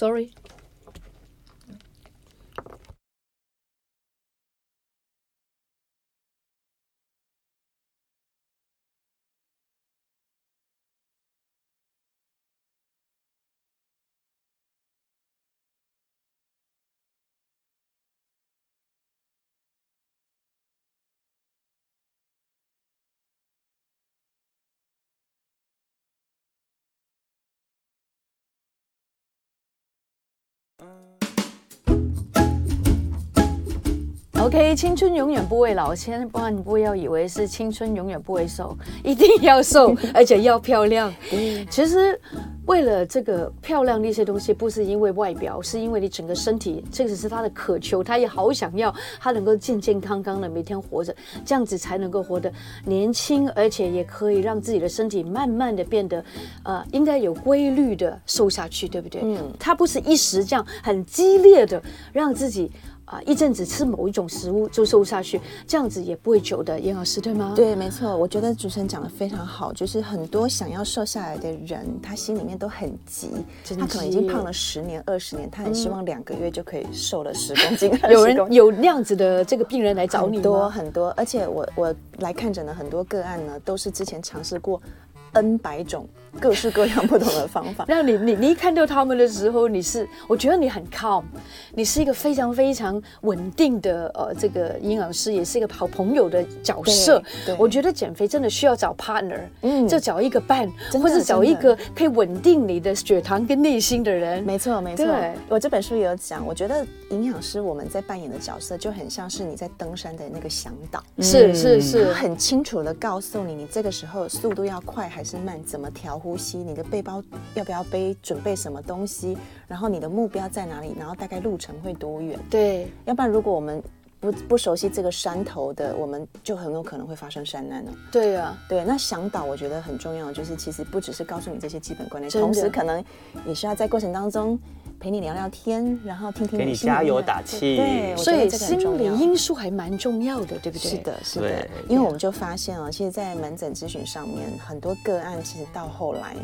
，Sorry。OK， 青春永远不会老，千万不要以为是青春永远不会瘦，一定要瘦，而且要漂亮。其实为了这个漂亮那些东西，不是因为外表，是因为你整个身体，这个是他的渴求，他也好想要，他能够健健康康的每天活着，这样子才能够活得年轻，而且也可以让自己的身体慢慢的变得，呃，应该有规律的瘦下去，对不对？嗯，他不是一时这样很激烈的让自己。啊，一阵子吃某一种食物就瘦下去，这样子也不会久的，严老师对吗？ 对，没错，我觉得主持人讲得非常好，就是很多想要瘦下来的人，他心里面都很急，他可能已经胖了十年、二十年，他很希望两个月就可以瘦了十公斤。 有人有那样子的这个病人来找你吗？ 很多很多，而且我我来看诊的很多个案呢，都是之前尝试过 N 百种各式各样不同的方法。 让你你你一看到他们的时候，你是我觉得你很 calm， 你是一个非常非常稳定的呃这个营养师，也是一个好朋友的角色。我觉得减肥真的需要找 partner， 嗯，就找一个伴，或是找一个可以稳定你的血糖跟内心的人。 没错没错，我这本书也有讲，我觉得营养师我们在扮演的角色就很像是你在登山的那个向导， 是是是， 他很清楚的告诉你，你这个时候速度要快还是慢，怎么调呼吸，你的背包要不要背，准备什么东西，然后你的目标在哪里，然后大概路程会多远。 对， 要不然如果我们不不熟悉这个山头的，我们就很有可能会发生山难了。 对啊， 对，那向导我觉得很重要，就是其实不只是告诉你这些基本观念，同时可能也需要在过程当中陪你聊聊天，然后听听给你加油打气。 对， 所以心理因素还蛮重要的，对不对？ 是的，是的。因为我们就发现啊，其实，在门诊咨询上面，很多个案其实到后来，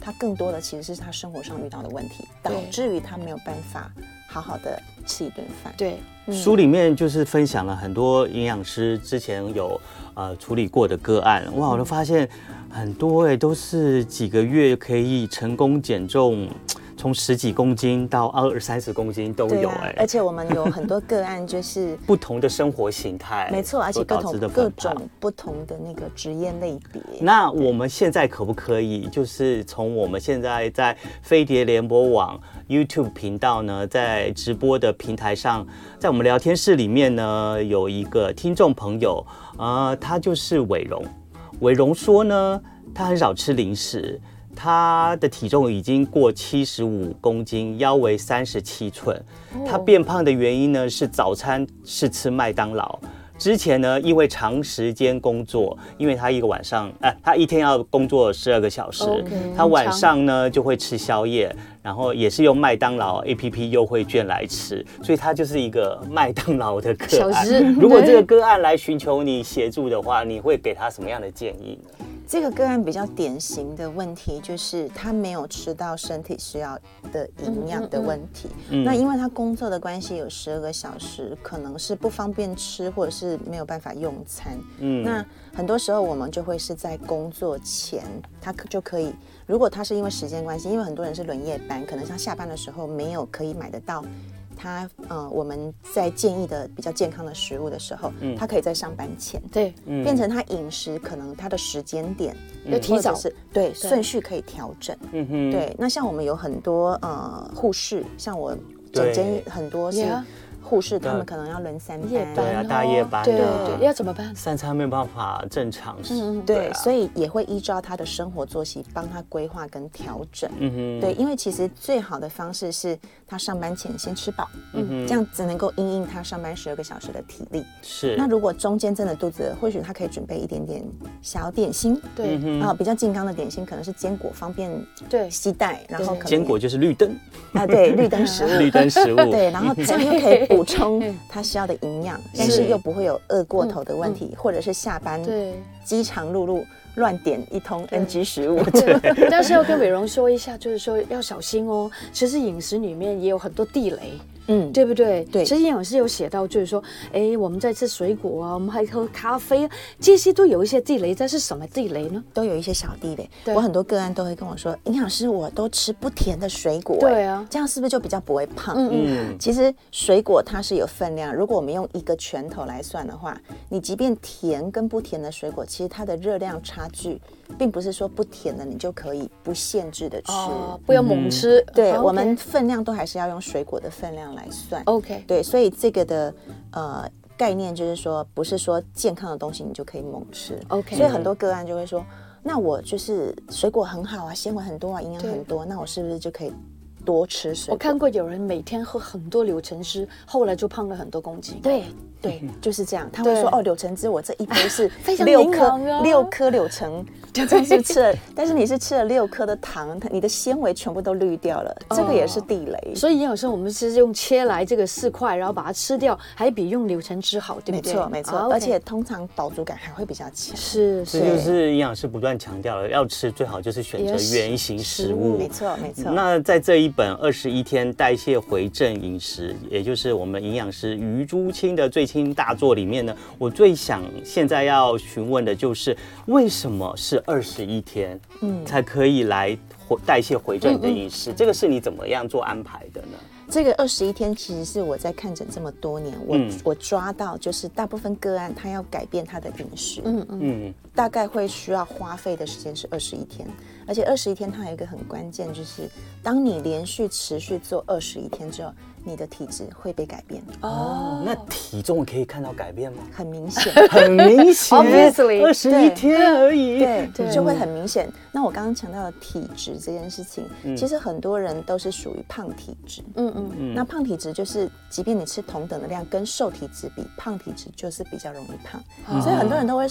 他更多的其实是他生活上遇到的问题，导致于他没有办法好好的吃一顿饭。 对， 嗯、书里面就是分享了很多营养师之前有呃处理过的个案，哇，我都发现很多哎、欸、都是几个月可以成功减重。从十几公斤到二三十公斤都有哎、欸啊， 而且我们有很多个案就是不同的生活形态， 没错，而且各种各种不同的那个职业类别。 那我们现在可不可以就是从我们现在在飞碟联播网 YouTube 频道呢，在直播的平台上，在我们聊天室里面呢，有一个听众朋友，呃，他就是伟荣，伟荣说呢，他很少吃零食。他的体重已经过七十五公斤，腰围三十七寸。他变胖的原因呢，是早餐是吃麦当劳。之前呢，因为长时间工作，因为他一个晚上，呃，他一天要工作十二个小时， okay, 他晚上呢就会吃宵夜，然后也是用麦当劳 A P P 优惠券来吃，所以他就是一个麦当劳的个案。如果这个个案来寻求你协助的话，你会给他什么样的建议呢？ 这个个案比较典型的问题就是他没有吃到身体需要的营养的问题。嗯嗯嗯、那因为他工作的关系有十二个小时，可能是不方便吃，或者是没有办法用餐。嗯，那很多时候我们就会是在工作前，他就可以，如果他是因为时间关系，因为很多人是轮夜班，可能他下班的时候没有可以买得到。他呃，我们在建议的比较健康的食物的时候，嗯、他可以在上班前， 对， 嗯、变成他饮食可能他的时间点要提早， 是对顺序可以调整。嗯哼，对。那像我们有很多呃护士，像我诊间很多是。护士他们可能要轮三班， 夜班、 对啊，大夜班， 对对对，要怎么办？ 三餐没有办法正常， 嗯，对，所以也会依照他的生活作息帮他规划跟调整。嗯哼，对，因为其实最好的方式是他上班前先吃饱，嗯哼，这样只能够因应他上班十二个小时的体力。 是， 那如果中间真的肚子饿，或许他可以准备一点点小点心， 对， 啊，比较健康的点心可能是坚果，方便对携带，然后可能坚果就是绿灯啊，对，绿灯食物， 绿灯食物， 对，然后这样又可以补充他需要的营养，但是又不会有饿过头的问题，或者是下班饥肠辘辘乱点一通 N G 食物。 对，但是要跟伟荣说一下，就是说要小心哦。其实饮食里面也有很多地雷。嗯，对不对？对，其实营养师有写到，就是说，哎，我们在吃水果啊，我们还喝咖啡，这些都有一些地雷。这是什么地雷呢？ 都有一些小地雷。我很多个案都会跟我说，营养师，我都吃不甜的水果， 对啊， 这样是不是就比较不会胖？嗯嗯。其实水果它是有分量，如果我们用一个拳头来算的话，你即便甜跟不甜的水果，其实它的热量差距。并不是说不甜的你就可以不限制的吃， 哦、不要猛吃。 嗯、对、哦 okay. 我们分量都还是要用水果的分量来算。 OK， 对，所以这个的呃概念就是说，不是说健康的东西你就可以猛吃。OK， 所以很多个案就会说，那我就是水果很好啊，纤维很多啊，营养很多，那我是不是就可以多吃水果？ 我看过有人每天喝很多柳橙汁，后来就胖了很多公斤。 对。对，就是这样。他会说：“哦，柳橙汁，我这一杯是六颗，啊、六颗柳橙，这是吃了，但是你是吃了六颗的糖，你的纤维全部都滤掉了，这个也是地雷。 所以有时候我们是用切来这个四块，然后把它吃掉，还比用柳橙汁好，对不对？ 没错，没错。而且通常饱足感还会比较强。 是， 这就是营养师不断强调的，要吃最好就是选择原型食物。 没错，没错。 那在这一本二十一天代谢回正饮食，也就是我们营养师余朱青的最新大作里面呢，我最想现在要询问的就是为什么是二十一天，嗯，才可以来代谢回正你的饮食？嗯嗯，这个是你怎么样做安排的呢？ 这个二十一天其实是我在看诊这么多年，我、嗯、我抓到就是大部分个案他要改变他的饮食，嗯嗯，大概会需要花费的时间是二十一天，而且二十一天它有一个很关键，就是当你连续持续做二十一天之后，你的体质会被改变。 哦，那体重可以看到改变吗？ 很明显， 很明显 ，obviously， 二十一天而已， 对，对，就会很明显。那我刚刚强调的体质这件事情，嗯、其实很多人都是属于胖体质，嗯嗯嗯。那胖体质就是，即便你吃同等的量，跟瘦体质比，胖体质就是比较容易胖。哦、所以很多人都会说，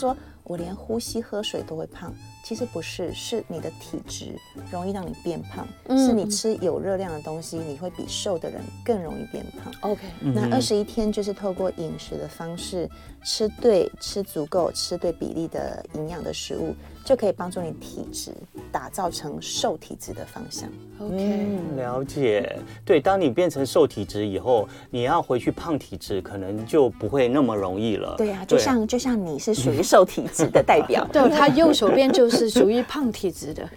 我连呼吸喝水都会胖。其实不是，是你的体质容易让你变胖，嗯、是你吃有热量的东西，你会比瘦的人更容易变胖。 OK， 那二十一天就是透过饮食的方式，吃对、吃足够、吃对比例的营养的食物，就可以帮助你体质打造成瘦体质的方向。 OK，、 嗯、了解。对，当你变成瘦体质以后，你要回去胖体质，可能就不会那么容易了。 对啊，就像就像你是属于瘦体质的代表， 对，他右手边就是属于胖体质的。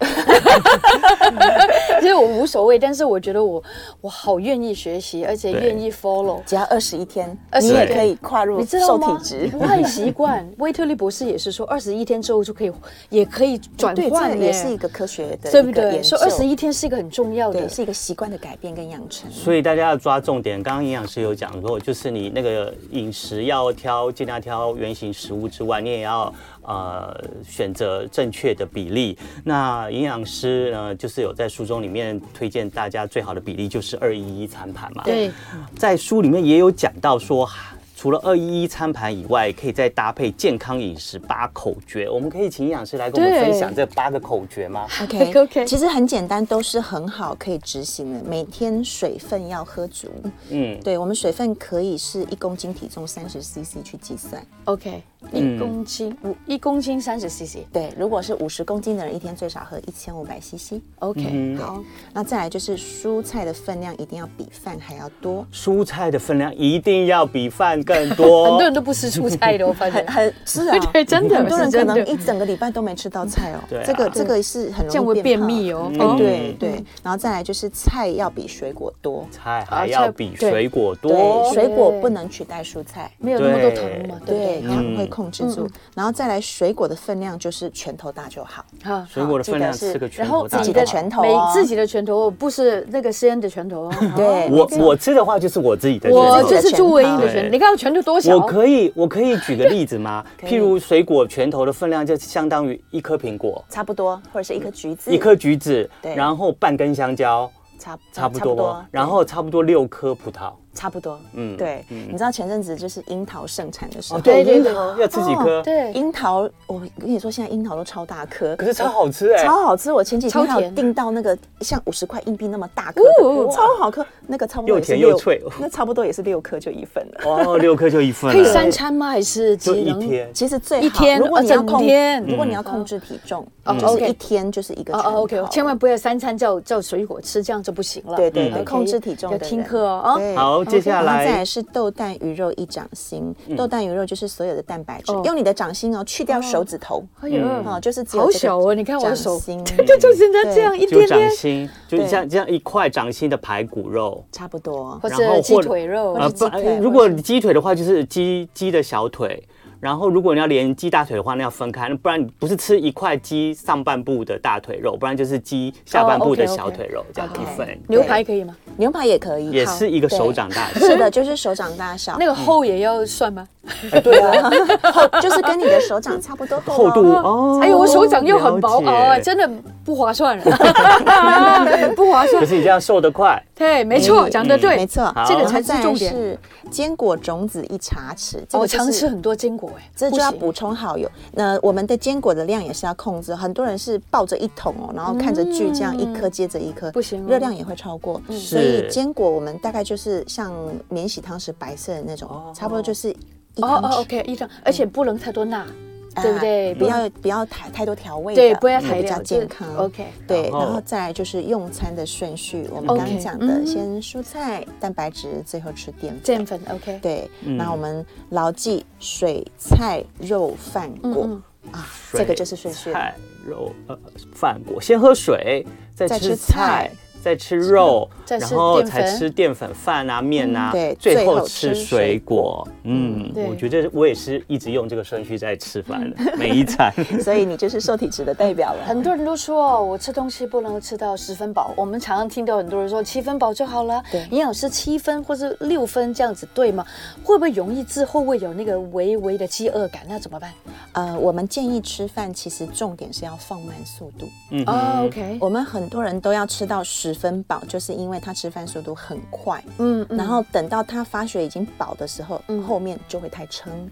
其实我无所谓，但是我觉得我我好愿意学习，而且愿意 follow。 只要二十一天， 你也可以跨入瘦体质。 不太习惯。威特利博士也是说，二十一天之后就可以，也可以转换， 对，也是一个科学的， 对不对？说二十一天是一个很重要的， 对，是一个习惯的改变跟养成。 所以大家要抓重点。刚刚营养师有讲过，就是你那个饮食要挑，尽量挑原型食物之外，你也要呃选择正确的比例。那营养师呢，就是有在书中里面推荐大家最好的比例就是二一一餐盘嘛。 对， 在书里面也有讲到说，除了二一一餐盘以外，可以再搭配健康饮食八口诀。我们可以请营养师来跟我们分享这八个口诀吗 ？OK OK， 其实很简单，都是很好可以执行的。每天水分要喝足，嗯，对，我们水分可以是一公斤体重三十 C C 去计算。 OK， 一公斤五一公斤三十 C C。 对，如果是五十公斤的人，一天最少喝一千五百 C C。OK， 嗯、 好，那再来就是蔬菜的分量一定要比饭还要多。 蔬菜的分量一定要比饭更多。 很多人都不吃蔬菜的，我发现很是啊， 对，真的， 很多人可能一整个礼拜都没吃到菜哦。 对， 这个这个是很容易这样会便秘哦。 对对，然后再来就是菜要比水果多， 菜还要比水果多， 对，水果不能取代蔬菜， 没有那么多糖嘛， 对，糖会控制住。然后再来水果的分量就是拳头大就好， 水果的分量是个拳头大， 自己的拳头， 自己的拳头不是那个C N的拳头。 对， 我我吃的话就是我自己的， 我就是朱文英的拳头。你看我拳头多小？ 我可以。我可以举个例子吗？譬如水果拳头的分量就相当于一颗苹果， 差不多，或者是一颗橘子， 一颗橘子，然后半根香蕉， 差差不多，然后差不多六颗葡萄。 差不多，嗯，对，你知道前阵子就是樱桃盛产的时候， 对，樱桃要吃几颗？ 对， 樱桃，我跟你说，现在樱桃都超大颗， 可是超好吃哎， 超好吃。我前几天还有订到那个像五十块硬币那么大颗，超好颗，那个差不多又甜又脆， 那差不多也是六颗就一份了。 哦，六颗就一份， 可以三餐吗？还是就一天？ 其实最好一天， 如果你要控， 天， 如果你要控制体重，就是一天就是一个拳头。 OK， 千万不要三餐叫叫水果吃，这样就不行了。 对对对，控制体重要听课哦。 好，接下来。 是豆蛋鱼肉一掌心，豆蛋鱼肉就是所有的蛋白质，用你的掌心哦，去掉手指头，哎呦，哦，就是只有好小哦，你看我的手， 心， 对，就现在这样一点点， 掌心，就像这样一块掌心的排骨肉， 差不多， 或者鸡腿肉， 呃，不，如果鸡腿的话，就是鸡鸡的小腿。然后，如果你要连鸡大腿的话，那要分开，不然不是吃一块鸡上半部的大腿肉，不然就是鸡下半部的小腿肉，这样一份。 牛排可以吗？ 牛排也可以， 也是一个手掌大小。 是的，就是手掌大小。 那个厚也要算吗？ 对啊， 厚就是跟你的手掌差不多厚度哦。 哎呦，我手掌又很薄哦，真的不划算，不划算。 可是你这样瘦得快。 对，没错，讲得对， 没错， 这个才是重点。 是坚果种子一茶匙， 我常吃很多坚果哎， 这就要补充好油。那我们的坚果的量也是要控制，很多人是抱着一桶哦，然后看着剧这样一颗接着一颗， 不行， 热量也会超过。所以坚果我们大概就是像免洗汤匙白色的那种，差不多就是一汤匙。 哦 ，OK， 一汤，而且不能太多钠。对不对？ 不要不要太太多调味的， 对，不要太比较健康。 OK， 对，然后再来就是用餐的顺序，我们刚刚讲的，先蔬菜、蛋白质，最后吃淀粉。 淀粉 OK。 对，那我们牢记水、菜、肉、饭、果啊，这个就是顺序。 菜、肉、呃，饭、果，先喝水，再吃菜。再吃肉，然后才吃淀粉饭啊、面啊， 对， 最后吃水果。嗯，我觉得我也是一直用这个顺序在吃饭的，每一餐。 所以你就是瘦体质的代表了。 很多人都说我吃东西不能吃到十分饱，我们常常听到很多人说七分饱就好了。对，营养师七分或是六分这样子对吗？会不会容易之后会有那个微微的饥饿感？那怎么办？ 呃，我们建议吃饭其实重点是要放慢速度。 嗯哦 ，OK， 我们很多人都要吃到十分饱，就是因为他吃饭速度很快。嗯，然后等到他发觉已经饱的时候，后面就会太撑。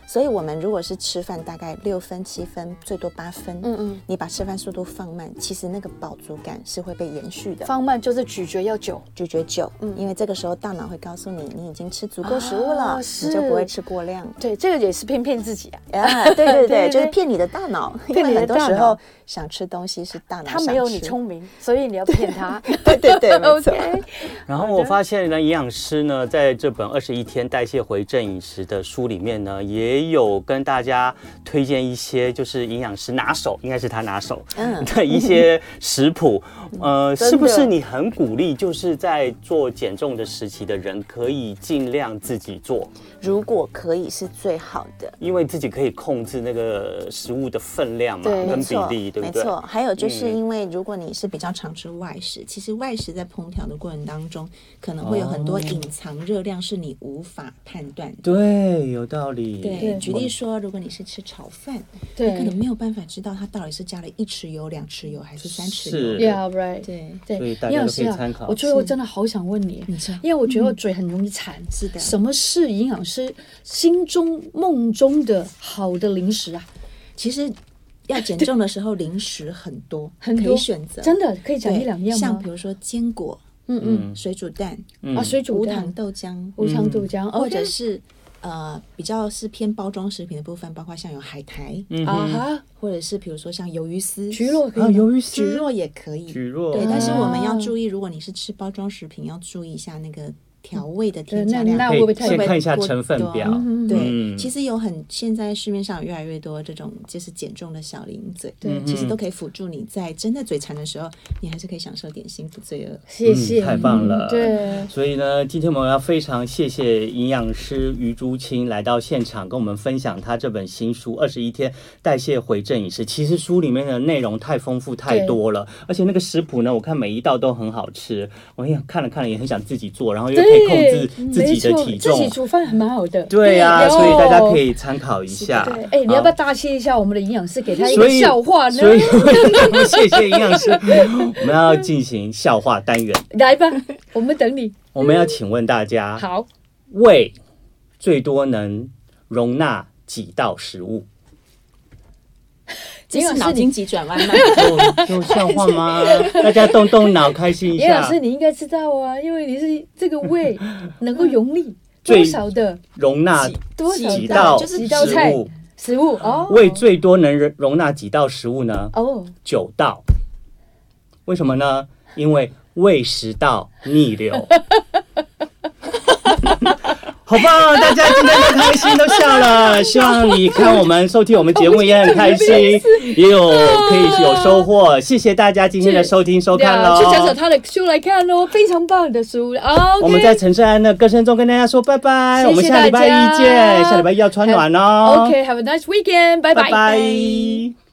所以我们如果是吃饭大概六分、七分，最多八分，嗯嗯，你把吃饭速度放慢，其实那个饱足感是会被延续的。 放慢就是咀嚼要久， 咀嚼久，嗯，因为这个时候大脑会告诉你，你已经吃足够食物了，哦、你就不会吃过量。 对，这个也是骗骗自己啊。 啊，对对对，就是骗你的大脑，骗你的大脑。很多时候想吃东西是大脑想吃， 他没有你聪明，所以你要骗他。 对对对，没错。 然后我发现呢，营养师呢在这本二十一天代谢回正饮食的书里面呢，也有跟大家推荐一些就是营养师拿手，应该是他拿手的一些食谱。呃，是不是你很鼓励就是在做减重的时期的人可以尽量自己做？ 如果可以是最好的， 因为自己可以控制那个食物的分量嘛，跟比例，对不对？ 没错。还有就是因为如果你是比较常吃外食，嗯、其实外食在烹调的过程当中，可能会有很多隐藏热量是你无法判断的。 对，有道理。 对，举例说，如果你是吃炒饭，你可能没有办法知道它到底是加了一匙油、两匙油还是三匙油。 是 ，Yeah, right。 对对， 所以大家都可以参考。 我最后真的好想问你，因为我觉得我嘴很容易馋。 是的。 什么是营养师心中梦中的好的零食啊？ 其实要减重的时候，零食很多， 很多可以选择。 真的可以讲一两样吗？ 像比如说坚果， 嗯嗯， 水煮蛋啊，水煮蛋， 无糖豆浆， 无糖豆浆， 或者是呃比较是偏包装食品的部分，包括像有海苔啊哈， 或者是比如说像鱿鱼丝、 蒟蒻可以， 鱿鱼丝、 蒟蒻也可以， 蒟蒻对，但是我们要注意，如果你是吃包装食品，要注意一下那个调味的添加量， 那会不会太？ 先看一下成分表。 对，其实有很现在市面上有越来越多这种就是减重的小零嘴，对，其实都可以辅助你在真的嘴馋的时候，你还是可以享受点心不罪恶。 谢谢， 太棒了。 对， 所以呢，今天我们要非常谢谢营养师余朱青来到现场，跟我们分享他这本新书《二十一天代谢回正饮食》。其实书里面的内容太丰富太多了，而且那个食谱呢，我看每一道都很好吃，我也看了看了也很想自己做，然后又可以控制自己的体重， 自己煮饭还蛮好的。 对呀、啊，所以大家可以参考一下。 对，哎、欸，你要不要大谢一下我们的营养师，给他一个笑话呢？ 所以，谢谢营养师。我们要进行笑话单元， 来吧，我们等你。 我们要请问大家， 好， 胃最多能容纳几道食物？ 这是脑筋急转弯吗？ 有有笑话吗？大家动动脑，开心一下。 严老师，你应该知道啊，因为你是这个胃能够容纳多少的容纳多少几道几道菜食物哦？ 胃最多能容纳几道食物呢？ 哦， 九道。为什么呢？因为胃食道逆流。好棒！大家今天都开心，都笑了。希望你看我们收听我们节目也很开心，也有可以有收获。谢谢大家今天的收听收看喽！ 去找找他的书来看喽，非常棒的书。哦， 我们在陈胜安的歌声中跟大家说拜拜，我们下礼拜一见，下礼拜一要穿暖哦。 OK，have a nice weekend，拜拜。